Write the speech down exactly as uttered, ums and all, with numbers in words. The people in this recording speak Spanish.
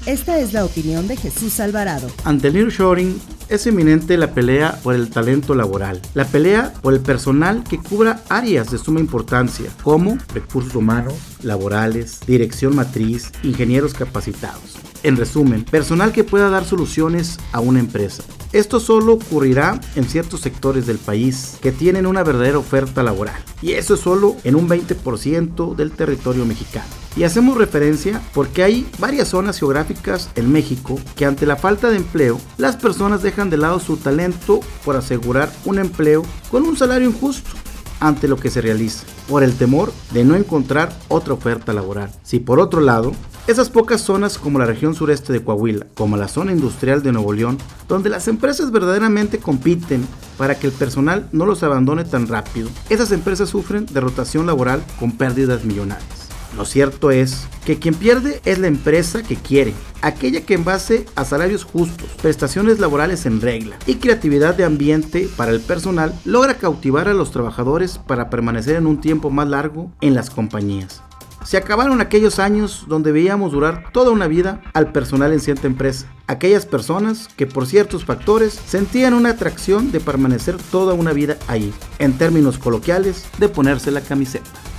Esta es la opinión de Jesús Alvarado. Ante el nearshoring es eminente la pelea por el talento laboral, la pelea por el personal que cubra áreas de suma importancia como recursos humanos, laborales, dirección matriz, ingenieros capacitados. En resumen, personal que pueda dar soluciones a una empresa. Esto solo ocurrirá en ciertos sectores del país que tienen una verdadera oferta laboral, y eso es solo en un veinte por ciento del territorio mexicano. Y hacemos referencia porque hay varias zonas geográficas en México que ante la falta de empleo, las personas dejan de lado su talento por asegurar un empleo con un salario injusto ante lo que se realiza, por el temor de no encontrar otra oferta laboral. Si por otro lado, esas pocas zonas como la región sureste de Coahuila, como la zona industrial de Nuevo León, donde las empresas verdaderamente compiten para que el personal no los abandone tan rápido, esas empresas sufren de rotación laboral con pérdidas millonarias. Lo cierto es que quien pierde es la empresa que quiere, aquella que en base a salarios justos, prestaciones laborales en regla y creatividad de ambiente para el personal logra cautivar a los trabajadores para permanecer en un tiempo más largo en las compañías. Se acabaron aquellos años donde veíamos durar toda una vida al personal en cierta empresa. Aquellas personas que por ciertos factores sentían una atracción de permanecer toda una vida ahí. En términos coloquiales, de ponerse la camiseta.